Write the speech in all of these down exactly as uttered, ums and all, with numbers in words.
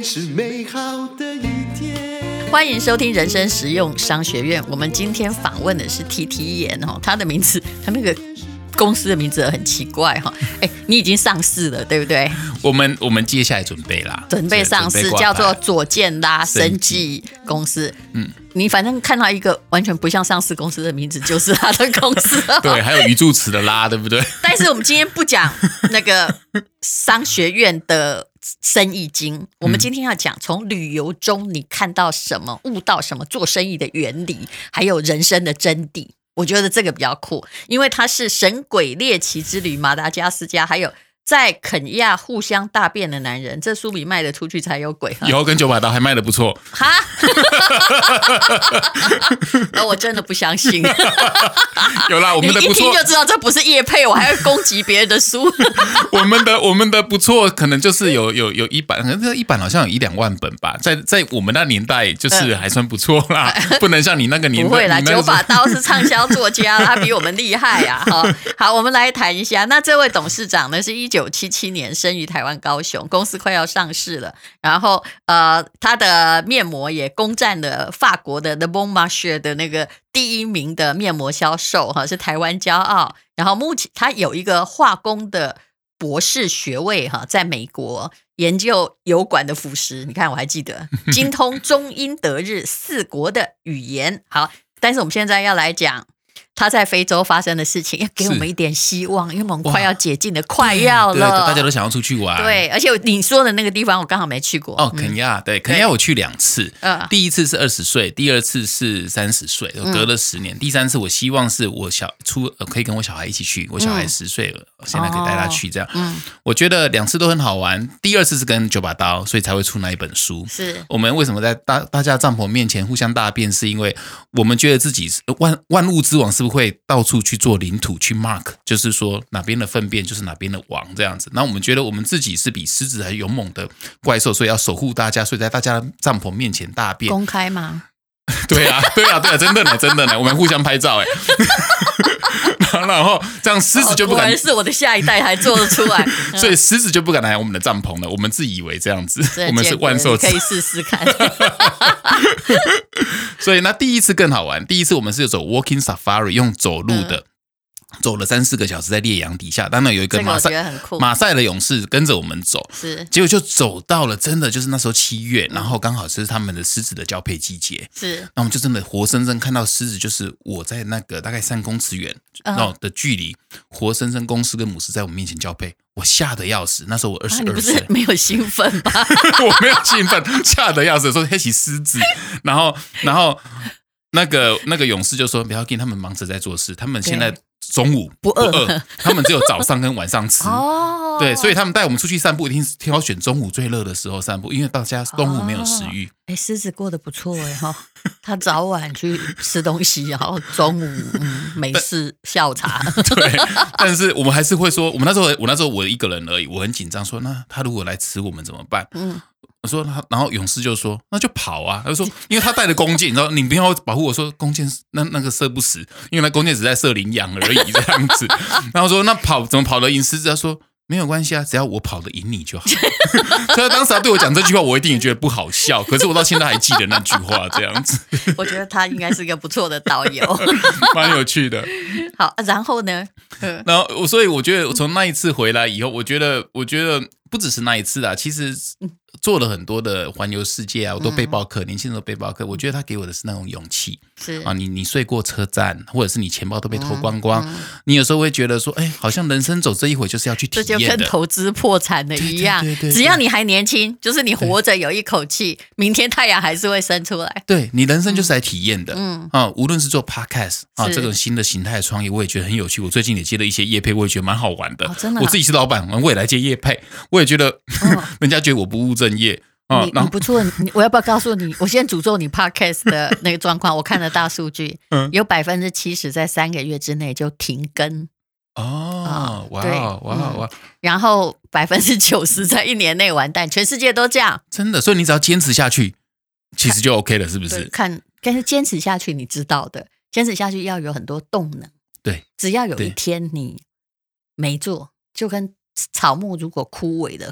天是美好的一天。 欢迎收听人生实用商学院。我们今天访问的是 T T 研，他的名字，他那个公司的名字很奇怪哈。哎，你已经上市了，对不对？ 我们我们接下来准备啦， 准备上市，叫做左健拉生技公司。嗯，你反正看到一个完全不像上市公司的名字，就是他的公司。 对，还有语助词的拉，对不对？ 但是我们今天不讲那个商学院的生意经，我们今天要讲从旅游中你看到什么，悟到什么做生意的原理，还有人生的真谛。我觉得这个比较酷，因为它是神鬼猎奇之旅、马达加斯加，还有在肯亚互相大便的男人，这书比卖得出去才有鬼。 以后跟九把刀还卖得不错哈那我真的不相信有啦，我们的不错， 你一听就知道这不是业配，我还会攻击别人的书我们的我们的不错可能就是有有有一版，可能这一版好像有一两万本吧，在在我们那年代就是还算不错啦、嗯、不能像你那个年代。 不会啦，九把刀是畅销作家他比我们厉害啊好，我们来谈一下，那这位董事长呢是一九七七年生于台湾高雄，公司快要上市了，然后呃，他的面膜也攻占了法国的 Le Bon Marché 的那个第一名的面膜销售哈，是台湾骄傲。然后目前他有一个化工的博士学位哈，在美国研究油管的腐蚀，你看我还记得精通中英德日四国的语言。好，但是我们现在要来讲他在非洲发生的事情，要给我们一点希望，因为我们快要解禁的，快要了， 对，大家都想要出去玩。 对，而且你说的那个地方我刚好没去过。 哦，肯亚，对，肯亚我去两次，嗯、第一次是二十岁，第二次是三十岁，我隔了十年、嗯。第三次我希望是我小出可以跟我小孩一起去，我小孩十岁了、嗯，现在可以带他去这样。嗯，我觉得两次都很好玩。第二次是跟九把刀，所以才会出那一本书。是我们为什么在大大家帐篷面前互相大便，是因为我们觉得自己万万物之王是不是会到处去做领土去 mark， 就是说哪边的粪便就是哪边的王这样子。那我们觉得我们自己是比狮子还勇猛的怪兽，所以要守护大家，所以在大家的帐篷面前大便。 公开吗？ 对啊，对啊，对啊，真的呢，真的呢，我们互相拍照哎。然后这样狮子就不敢， 果然是我的下一代还做得出来， 所以狮子就不敢来我们的帐篷了。我们自以为这样子，我们是万兽之， 可以试试看。 所以那第一次更好玩，第一次我们是走 walking safari， 用走路的。嗯，走了三四个小时在烈阳底下，当然有一个马赛、这个、马赛的勇士跟着我们走，是，结果就走到了真的就是那时候七月，嗯、然后刚好是他们的狮子的交配季节，是，那我们就真的活生生看到狮子，就是我在那个大概三公尺远的距离，嗯、活生生公狮跟母狮在我们面前交配，我吓得要死。那时候我二十二岁，啊、你不是没有兴奋吗？ 我没有兴奋，吓得要死，说黑起狮子，然后然后那个那个勇士就说不要紧，他们忙着在做事，他们现在。中午不饿, 不饿他们只有早上跟晚上吃哦，对，所以他们带我们出去散步一定是挑选中午最热的时候散步，因为大家动物没有食欲。 哎、哦，狮子过得不错哎哈，他早晚去吃东西，然后中午嗯美式下午茶。 对，但是我们还是会说，我们那时候我那时候我一个人而已，我很紧张，说那他如果来吃我们怎么办？嗯。我说他，然后勇士就说那就跑啊，他就说因为他带了弓箭，你知道你不要保护我，说弓箭那那个射不死，因为那弓箭只在射羚羊而已这样子。然后说那跑怎么跑得赢狮子？他说没有关系啊，只要我跑得赢你就好。所以他当时他对我讲这句话，我一定也觉得不好笑，可是我到现在还记得那句话这样子。 我觉得他应该是一个不错的导游， 蛮有趣的。 好，然后呢？ 然后所以我觉得从那一次回来以后，我觉得我觉得不只是那一次啊，其实。做了很多的环游世界啊，我都背包客、嗯，年轻人都背包客。我觉得他给我的是那种勇气，是啊，你你睡过车站，或者是你钱包都被偷光光，嗯嗯、你有时候会觉得说，哎，好像人生走这一回就是要去体验的， 这就跟投资破产的一样，对对对对对，只要你还年轻，就是你活着有一口气，明天太阳还是会升出来。 对，你人生就是来体验的，嗯啊，无论是做 podcast 啊这种新的形态的创业，我也觉得很有趣。我最近也接了一些业配，我也觉得蛮好玩的。哦、真的、啊，我自己是老板，我也来接业配，我也觉得、哦、人家觉得我不务正业。 你, 你不错，你我要不要告诉你？我先诅咒你 podcast 的那个状况。我看了大数据，嗯、有百分之七十在三个月之内就停更。 哦，哇哇哇！ 然后百分之九十在一年内完蛋，全世界都这样。 真的，所以你只要坚持下去，其实就 OK 了，是不是？ 看，但是坚持下去，你知道的，坚持下去要有很多动能。 对， 只要有一天你没做，就跟草木如果枯萎了哈。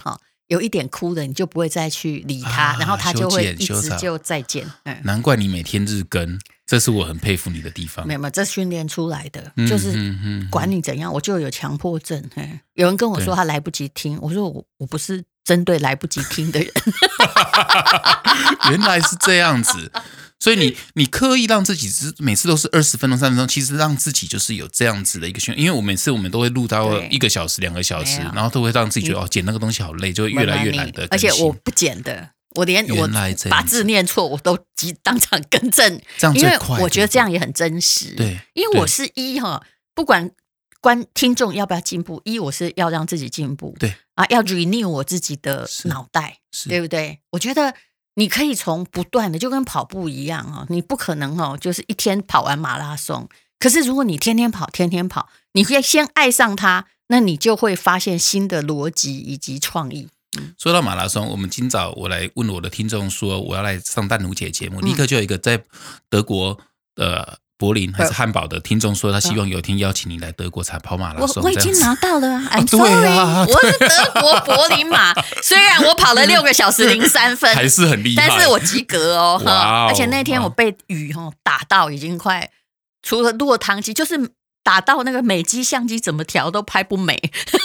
有一点哭的，你就不会再去理他， 啊、 然后他就会一直就再见。嗯、 难怪你每天日更，这是我很佩服你的地方。 没有没有，这训练出来的，嗯、就是管你怎样，我就有强迫症。嗯、有人跟我说他来不及听，我说我我不是针对来不及听的人。 原来是这样子。所以你你刻意让自己每次都是二十分钟三十分钟，其实让自己就是有这样子的一个训练，因为我每次我们都会录到一个小时两个小时，然后都会让自己觉得哦剪那个东西好累，就会越来越懒得更新。 而且我不剪的，我连我把字念错我都当场更正， 这样最快， 因为我觉得这样也很真实。 对， 因为我是一哈，不管观听众要不要进步，一我是要让自己进步， 对啊，要 renew 我自己的脑袋，对不对？我觉得。你可以从不断的，就跟跑步一样哦，你不可能哦，就是一天跑完马拉松。可是如果你天天跑，天天跑，你会先爱上它，那你就会发现新的逻辑以及创意。嗯、 说到马拉松，我们今早我来问我的听众说，我要来上淡如姐节目，立刻就有一个在德国的。柏林还是汉堡的听众说，他希望有一天邀请你来德国跑马拉松。 我我已经拿到了啊 ，I'm sorry，、啊、我是德国柏林马。虽然我跑了六个小时零三分， 还是很厉害， 但是我及格哦。 哇哦而且那天我被雨哦打到，已经快除了落汤鸡，就是打到那个美肌相机怎么调都拍不美。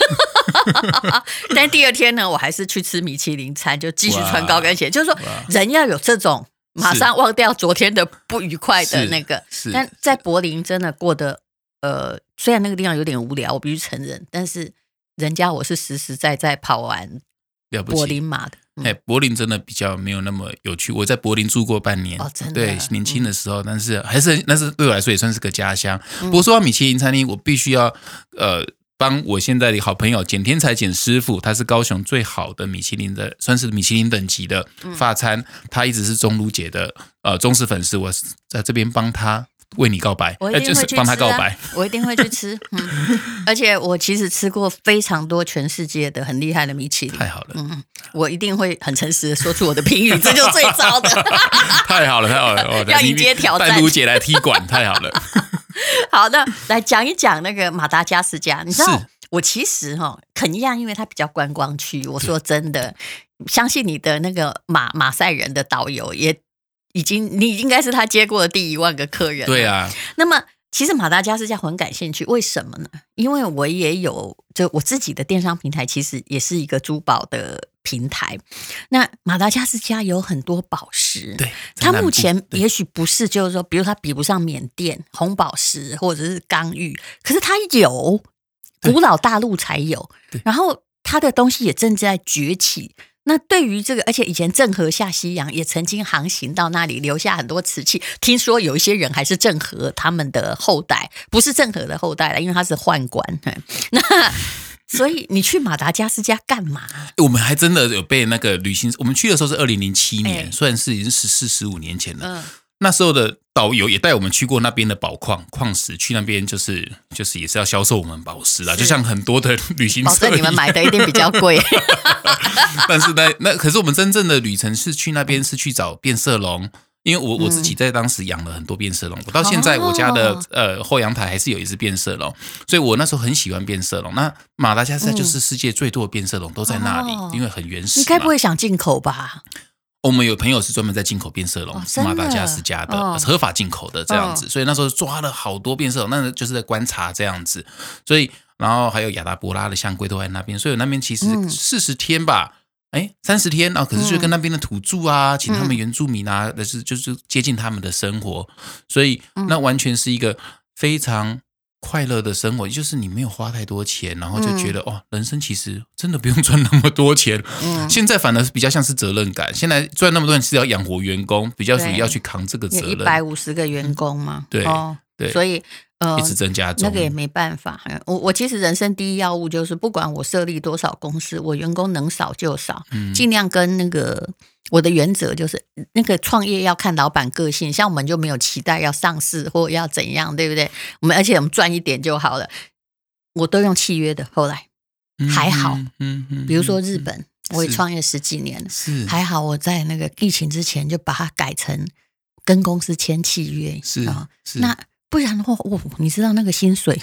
但第二天呢，我还是去吃米其林餐，就继续穿高跟鞋。就是说，人要有这种。马上忘掉昨天的不愉快的那个，但在柏林真的过得，呃，虽然那个地方有点无聊，我必须承认，但是人家我是实实在在跑完柏林马的。 哎、嗯，柏林真的比较没有那么有趣。我在柏林住过半年， 哦，真的， 对，年轻的时候，嗯、但是还是那是对我来说也算是个家乡。嗯、不过说到米其林餐厅，我必须要呃。帮我现在的好朋友简天才简师傅，他是高雄最好的米其林的，算是米其林等级的法餐，嗯、他一直是钟如姐的呃忠实粉丝，我在这边帮他为你告白， 我一定会去吃、啊就是帮他告白， 我一定会去吃。嗯、而且我其实吃过非常多全世界的很厉害的米其林， 太好了， 嗯，我一定会很诚实的说出我的评语，这就是最糟的。 太好了，太好了，哦、 要迎接挑战， 淡如姐来踢馆，太好了。 好的，来讲一讲那个马达加斯加。你知道，我其实哈、哦、肯亚，因为它比较观光区。我说真的，相信你的那个马马赛人的导游也已经，你应该是他接过的第一万个客人。 对啊。 那么，其实马达加斯加很感兴趣，为什么呢？因为我也有，就我自己的电商平台，其实也是一个珠宝的平台。那马达加斯加有很多宝石， 对， 它目前也许不是，就是说，比如它比不上缅甸红宝石或者是刚玉，可是它有，古老大陆才有，然后它的东西也正在崛起。那对于这个，而且以前郑和下西洋也曾经航行到那里，留下很多瓷器。听说有一些人还是郑和他们的后代，不是郑和的后代了，因为他是宦官。那所以你去马达加斯加干嘛？ 我们还真的有被那个旅行，我们去的时候是二零零七年，欸、虽然是已经十四十五年前了。嗯，那时候的导游也带我们去过那边的宝矿矿石，去那边就是就是也是要销售我们宝石啊，就像很多的旅行社， 保证你们买的一定比较贵。 但是那那可是我们真正的旅程是去那边是去找变色龙。因为我我自己在当时养了很多变色龙，我到现在我家的、哦、呃后阳台还是有一只变色龙，所以我那时候很喜欢变色龙。那马达加斯加就是世界最多的变色龙都在那里，哦、因为很原始嘛。 你该不会想进口吧？ 我们有朋友是专门在进口变色龙，是、哦、马达加斯加的、哦、合法进口的这样子，哦、所以那时候抓了好多变色龙，那就是在观察这样子。所以然后还有亚达伯拉的象龟都在那边，所以那边其实四十天吧。嗯哎，三十天啊！可是就跟那边的土著啊，嗯、请他们原住民啊，但是就是接近他们的生活，所以那完全是一个非常快乐的生活。就是你没有花太多钱，然后就觉得、嗯、哦，人生其实真的不用赚那么多钱。嗯、现在反而比较像是责任感。现在赚那么多钱是要养活员工，比较属于要去扛这个责任。一百五十个员工嘛， 对、 哦、 对， 所以。呃， 一直增加中， 那个也没办法。我我其实人生第一要务就是，不管我设立多少公司，我员工能少就少，嗯、尽量跟那个我的原则就是，那个创业要看老板个性。像我们就没有期待要上市或要怎样，对不对？我们而且我们赚一点就好了，我都用契约的。后来还好，嗯嗯嗯、比如说日本，我也创业十几年了，还好我在那个疫情之前就把它改成跟公司签契约， 是啊，是那。不然的话，哦，你知道那个薪水哈，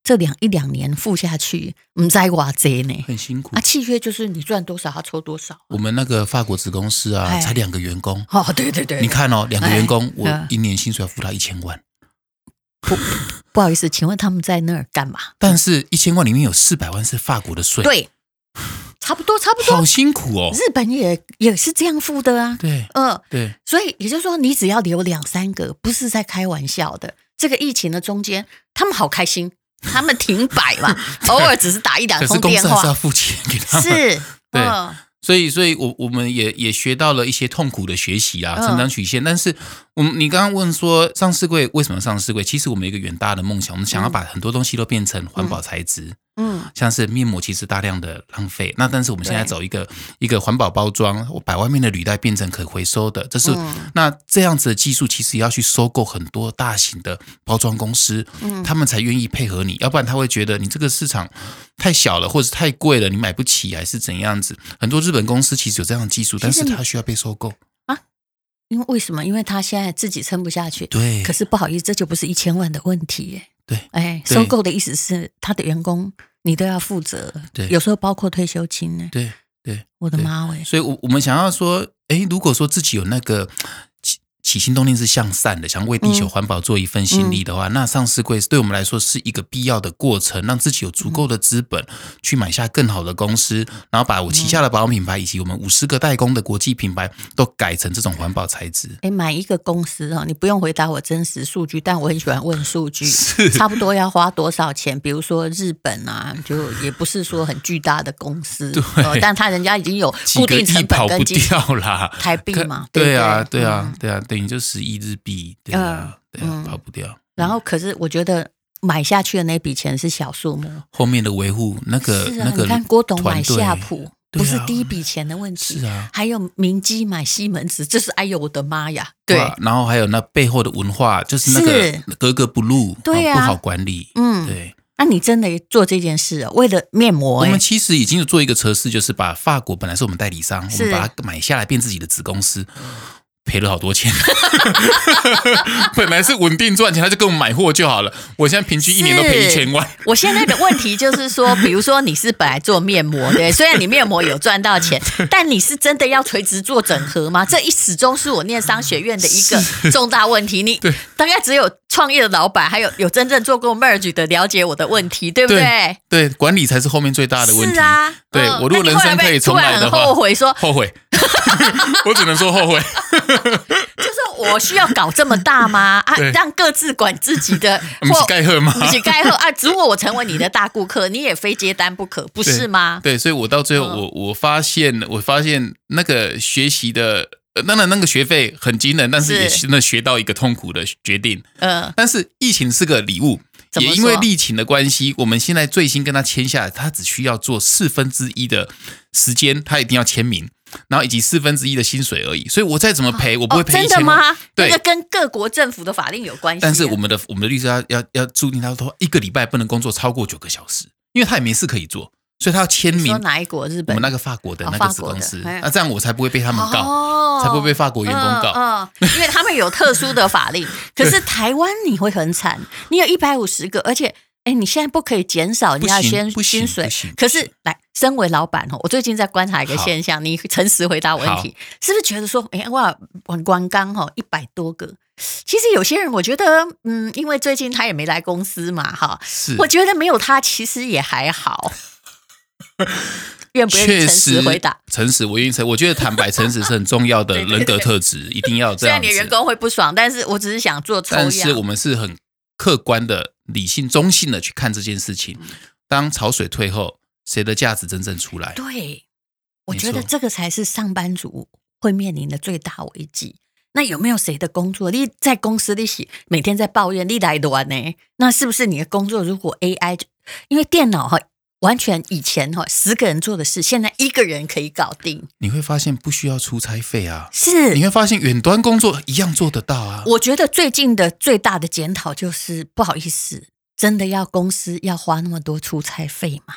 这两一两年付下去，唔知偌济呢， 很辛苦。 啊，契约就是你赚多少，他抽多少。 我们那个法国子公司啊，才两个员工。 哦，对对对， 你看哦，两个员工，我一年薪水要付他一千万。 不不好意思，请问他们在那儿干嘛？ 但是一千万里面有四百万是法国的税。 对，差不多差不多。 好辛苦哦。 日本也也是这样付的啊。 对， 嗯、呃， 对。 所以也就是说，你只要留两三个，不是在开玩笑的。这个疫情的中间，他们好开心。他们停摆嘛，偶尔只是打一两通电话，可是公司还是要付钱给他们。 是， 对， 嗯、 所以，所以我我们也也学到了一些痛苦的学习啊，成长曲线。嗯、但是，我们你刚刚问说上市柜为什么上市柜？其实我们有一个远大的梦想，我们想要把很多东西都变成环保材质。嗯，像是面膜其实大量的浪费，那但是我们现在走一个一个环保包装，我把外面的铝袋变成可回收的，这是、嗯、那这样子的技术其实要去收购很多大型的包装公司，嗯，他们才愿意配合你，要不然他会觉得你这个市场太小了，或者是太贵了，你买不起还是怎样子。很多日本公司其实有这样的技术，但是它需要被收购啊。因为为什么？因为他现在自己撑不下去。 对， 可是不好意思，这就不是一千万的问题耶。 对， 哎，收购的意思是他的员工你都要负责， 对， 有时候包括退休金呢。 对对， 我的妈喂！ 所以，我我们想要说，哎，如果说自己有那个起起心动念是向善的，想为地球环保做一份心力的话，嗯、那上市柜对我们来说是一个必要的过程，让自己有足够的资本去买下更好的公司，然后把我旗下的保养品牌以及我们五十个代工的国际品牌都改成这种环保材质。 哎，买一个公司哦，你不用回答我真实数据，但我很喜欢问数据，差不多要花多少钱？比如说日本啊，就也不是说很巨大的公司， 对， 呃、但他人家已经有固定成本跟几个亿跑不掉啦， 台币嘛， 对, 对啊，对啊，嗯、对啊，等于就十亿日币，对啊，对啊， 嗯、 跑不掉。 然后，可是我觉得买下去的那笔钱是小数目， 后面的维护那个、 是啊、 那个， 你看郭董买夏普。不是第一笔钱的问题，是啊， 还有明基买西门子，这是哎呦我的妈呀！对， 然后还有那背后的文化，就是那个格格不入， 对啊， 不好管理， 嗯， 对。 那你真的做这件事、哦，为了面膜、欸？ 我们其实已经有做一个测试，就是把法国本来是我们代理商，我们把它买下来变自己的子公司。赔了好多钱，本来是稳定赚钱，他就跟我们买货就好了。我现在平均一年都赔一千万。 我现在的问题就是说，比如说你是本来做面膜的，虽然你面膜有赚到钱，但你是真的要垂直做整合吗？这一始终是我念商学院的一个重大问题。你大概只有创业的老板，还有有真正做过 merge 的了解我的问题，对不对？ 对，对管理才是后面最大的问题。 是啊， 对、嗯、我如果人生可以重来的话， 后悔说后悔。我只能说后悔， 就是我需要搞这么大吗？啊，让各自管自己的， 不是盖贺吗？ 不是盖贺啊！如果我成为你的大顾客，你也非接单不可，不是吗？ 对，对所以我到最后，嗯、我我发现，我发现那个学习的，当然那个学费很惊人，但是也真的学到一个痛苦的决定。嗯，但是疫情是个礼物。也因为疫情的关系，我们现在最新跟他签下来，他只需要做四分之一的时间，他一定要签名，然后以及四分之一的薪水而已。所以我再怎么赔，我不会赔一千万。 真的吗？ 对， 那个跟各国政府的法令有关系、啊。 但是我们的我们的律师要要要注定，他说一个礼拜不能工作超过九个小时，因为他也没事可以做。所以他要签名。 说哪一国？日本？ 我们那个法国的那个子公司，那、哦啊、这样我才不会被他们告，哦、才不会被法国员工告。 嗯，嗯因为他们有特殊的法令。可是台湾你会很惨，你有一百五十个，而且。哎，你现在不可以减少人家先薪水，可是来，身为老板哦，我最近在观察一个现象，你诚实回答问题，是不是觉得说，哎，哇，我光刚哈一百多个，其实有些人我觉得，嗯，因为最近他也没来公司嘛，哈，我觉得没有他其实也还好。愿不愿意诚实回答？ 诚实，我愿意诚。我觉得坦白、诚实是很重要的人格特质，一定要这样子。 虽然你员工会不爽，但是我只是想做抽样。 但是我们是很客观的、理性、中性的去看这件事情。当潮水退后，谁的价值真正出来？ 对，我觉得这个才是上班族会面临的最大危机。那有没有谁的工作你在公司里每天在抱怨你来的完呢？那是不是你的工作如果 A I 因为电脑完全以前十个人做的事，现在一个人可以搞定。 你会发现不需要出差费啊， 是你会发现远端工作一样做得到啊。 我觉得最近的最大的检讨就是不好意思，真的要公司要花那么多出差费吗？ 对，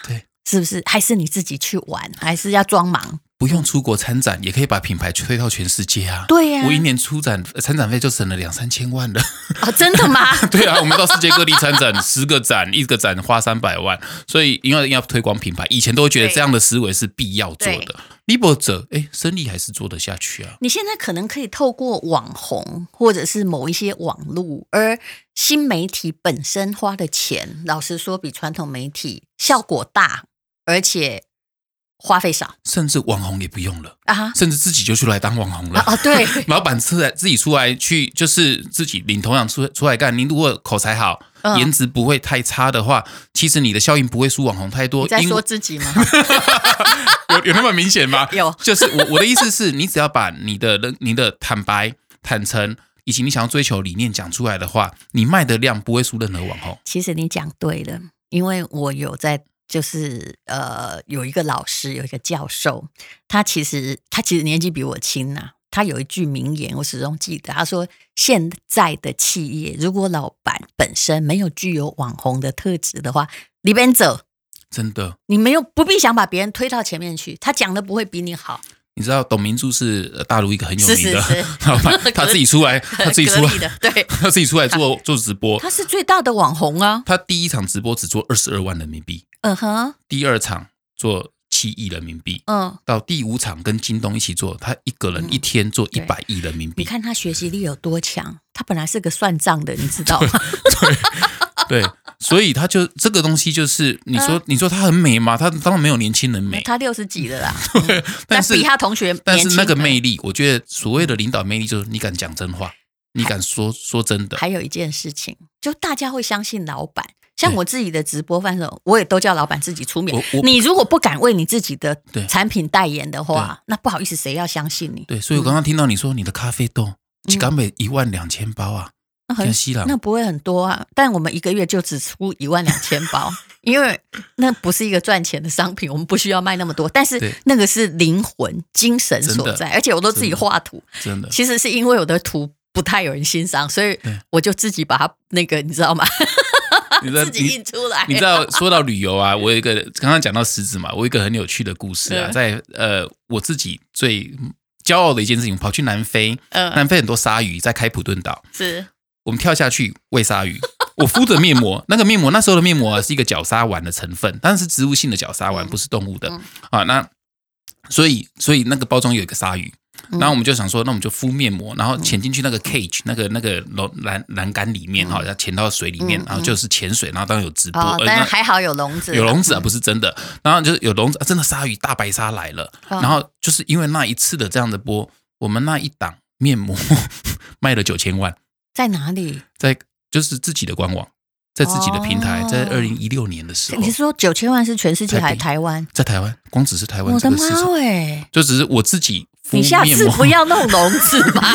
是不是？还是你自己去玩，还是要装忙？ 不用出国参展，也可以把品牌推到全世界啊！ 对呀、啊， 我一年出展参展费就省了两三千万了。 哦，真的吗？ 对啊，我们到世界各地参展，十个展，一个展花三百万，所以因为要推广品牌，以前都会觉得这样的思维是必要做的。Libo 者，哎，生意还是做得下去啊。 你现在可能可以透过网红或者是某一些网路，而新媒体本身花的钱，老实说比传统媒体效果大，而且花费少， 甚至网红也不用了啊， 甚至自己就出来当网红了。 啊，啊对， 老板出来自己出来去，就是自己领头羊出出来干。你如果口才好，嗯、颜值不会太差的话，其实你的效应不会输网红太多。 你在说自己吗？ 有有那么明显吗？ 有， 就是我我的意思是，你只要把你的你的坦白、坦诚，以及你想要追求理念讲出来的话，你卖的量不会输任何网红。 其实你讲对了，因为我有在。就是呃，有一个老师，有一个教授，他其实他其实年纪比我轻呐、啊。他有一句名言，我始终记得。他说：“现在的企业，如果老板本身没有具有网红的特质的话，里边走， 真的， 你没有不必想把别人推到前面去，他讲的不会比你好。” 你知道董明珠是大陆一个很有名的是是是老板，他自己出来，他自己出来， 对， 他自己出来做做直播， 他是最大的网红啊。 他第一场直播只做二十二万人民币， 嗯哼， 第二场做七亿人民币，嗯，到第五场跟京东一起做，他一个人一天做一百亿人民币。 你看他学习力有多强，他本来是个算账的，你知道吗？ 对。对所以他就这个东西就是你说、嗯、你说他很美吗？他当然没有年轻人美， 他六十几了啦。 对，但是比他同学年轻， 但是那个魅力，我觉得所谓的领导魅力就是你敢讲真话，你敢说说真的。 还有一件事情，就大家会相信老板。像我自己的直播范畴，我也都叫老板自己出面。你如果不敢为你自己的产品代言的话，那不好意思，谁要相信你？ 对，所以我刚刚听到你说你的咖啡豆一缸每一万两千包啊。 那, 很那不会很多啊，但我们一个月就只出一万两千包，因为那不是一个赚钱的商品，我们不需要卖那么多。但是那个是灵魂、精神所在，而且我都自己画图， 真的。 其实是因为我的图不太有人欣赏，所以我就自己把它那个，你知道吗？ 你知道自己印出来。 你知道说到旅游啊，我有一个刚刚讲到狮子嘛，我有一个很有趣的故事啊，在呃我自己最骄傲的一件事情，跑去南非，呃、南非很多鲨鱼在开普敦岛， 是。 我们跳下去喂鲨鱼，我敷着面膜，那个面膜那时候的面膜、啊、是一个角鲨烷的成分，但是植物性的角鲨烷，不是动物的、嗯、啊。那所以所以那个包装有一个鲨鱼，然后我们就想说，那我们就敷面膜，然后潜进去那个 cage 那个那个栏栏杆里面哈，要潜到水里面，然后就是潜水，然后当然有直播， 哦、但还好有笼子， 有笼子啊，不是真的。然后就是有笼子，啊、真的鲨鱼大白鲨来了， 哦、 然后就是因为那一次的这样的播，我们那一档面膜卖了九千万。 在哪里？ 在就是自己的官网，在自己的平台，哦、在二零一六年的时候。 你是说九千万是全世界还是台湾？ 在台湾，光只是台湾我这个市场， 我的妈哎！ 就只是我自己敷面膜。你下次不要弄笼子嘛。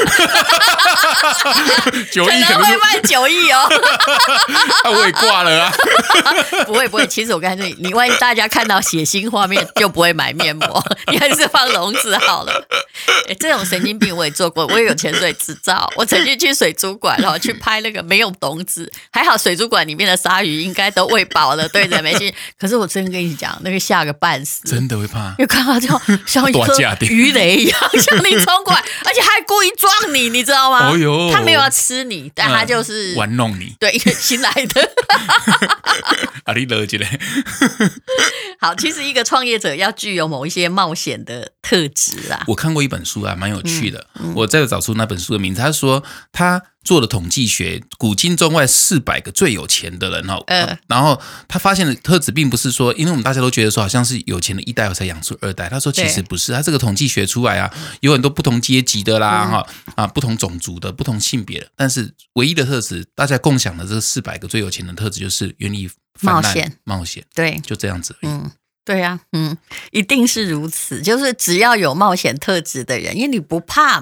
九亿可能会卖九亿哦。 那、啊、我也挂了啊。 不会不会，其实我刚才你万一大家看到血腥画面就不会买面膜，你还是放笼子好了。欸、这种神经病我也做过，我也有潜水执照。我曾经去水族馆然后去拍那个没有笼子，还好水族馆里面的鲨鱼应该都喂饱了，对着没劲。可是我真跟你讲，那个吓个半死， 真的会怕， 因为看到就像一颗鱼雷一样向你冲过来，而且还故意撞你，你知道吗？ 哦呦， 他没有要吃你，但他就是、 嗯、玩弄你。 对，因为新来的。 啊，你了解嘞。 好，其实一个创业者要具有某一些冒险的特质啊。 我看过一本书啊，蛮有趣的。 嗯嗯、 我再找出那本书的名字，他说他做了统计学，古今中外四百个最有钱的人哈，呃、然后他发现的特质并不是说，因为我们大家都觉得说好像是有钱的一代才养出二代，他说其实不是，他这个统计学出来啊，有很多不同阶级的啦哈、嗯、啊，不同种族的，不同性别的，但是唯一的特质，大家共享的这四百个最有钱的特质就是愿意冒险， 冒险， 对， 就这样子而已。 嗯。对呀、啊，嗯，一定是如此。就是只要有冒险特质的人，因为你不怕嘛，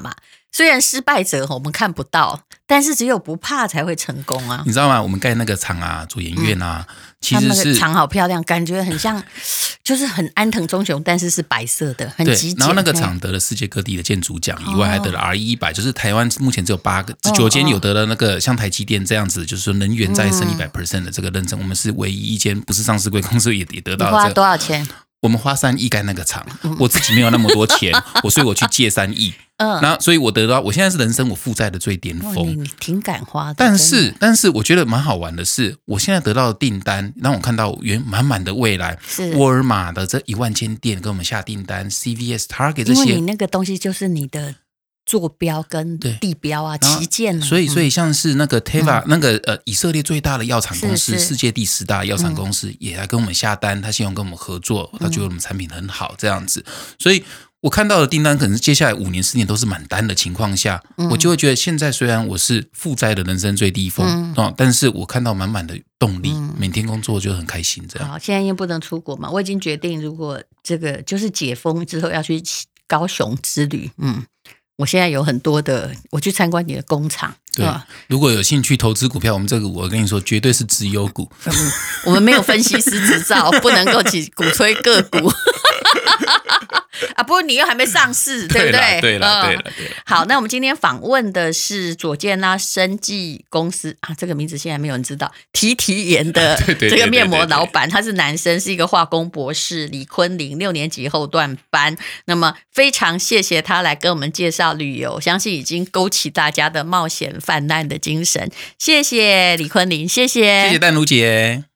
虽然失败者我们看不到，但是只有不怕才会成功啊！ 你知道吗？我们盖那个厂啊，左研院啊，嗯、其实是厂好漂亮，感觉很像，就是很安藤忠雄，但是是白色的，很极简。 然后那个厂得了世界各地的建筑奖以外，还得了 R E 一百，就是台湾目前只有八个，九间有得了那个像台积电这样子，就是说能源再生一百 percent 的这个认证，我们是唯一一间不是上市柜公司也也得到了、这个。 你花多少钱？ 我们花三亿盖那个厂，我自己没有那么多钱，我所以我去借三亿。嗯，那所以我得到，我现在是人生我负债的最巅峰。 你你挺敢花的， 但是但是我觉得蛮好玩的是，我现在得到的订单让我看到原满满的未来。 是沃尔玛的这一万间店给我们下订单 ，C V S、Target 这些， 因为你那个东西就是你的坐标跟地标啊，旗舰了。 所以所以像是那个 Teva、嗯、那个呃以色列最大的药厂公司，世界第十大药厂公司、嗯、也来跟我们下单，他希望跟我们合作，他觉得我们产品很好这样子，所以。我看到的订单可能是接下来五年、十年都是满单的情况下，嗯、我就会觉得现在虽然我是负债的人生最低峰、嗯哦、但是我看到满满的动力、嗯，每天工作就很开心。这样好，现在因为不能出国嘛，我已经决定，如果这个就是解封之后要去高雄之旅，嗯，我现在有很多的，我去参观你的工厂。 对，如果有兴趣投资股票，我们这个我跟你说，绝对是绩优股。 嗯、我们没有分析师执照，不能够去鼓吹个股。啊，不过你又还没上市，对不对？ 对了，对了，对了。 好，那我们今天访问的是左健拉生技公司啊，这个名字现在没有人知道。提提颜的这个面膜老板，他是男生，是一个化工博士，李昆凌，六年级后段班。那么非常谢谢他来跟我们介绍旅游，相信已经勾起大家的冒险泛滥的精神。谢谢李昆凌，谢谢， 谢谢淡如姐。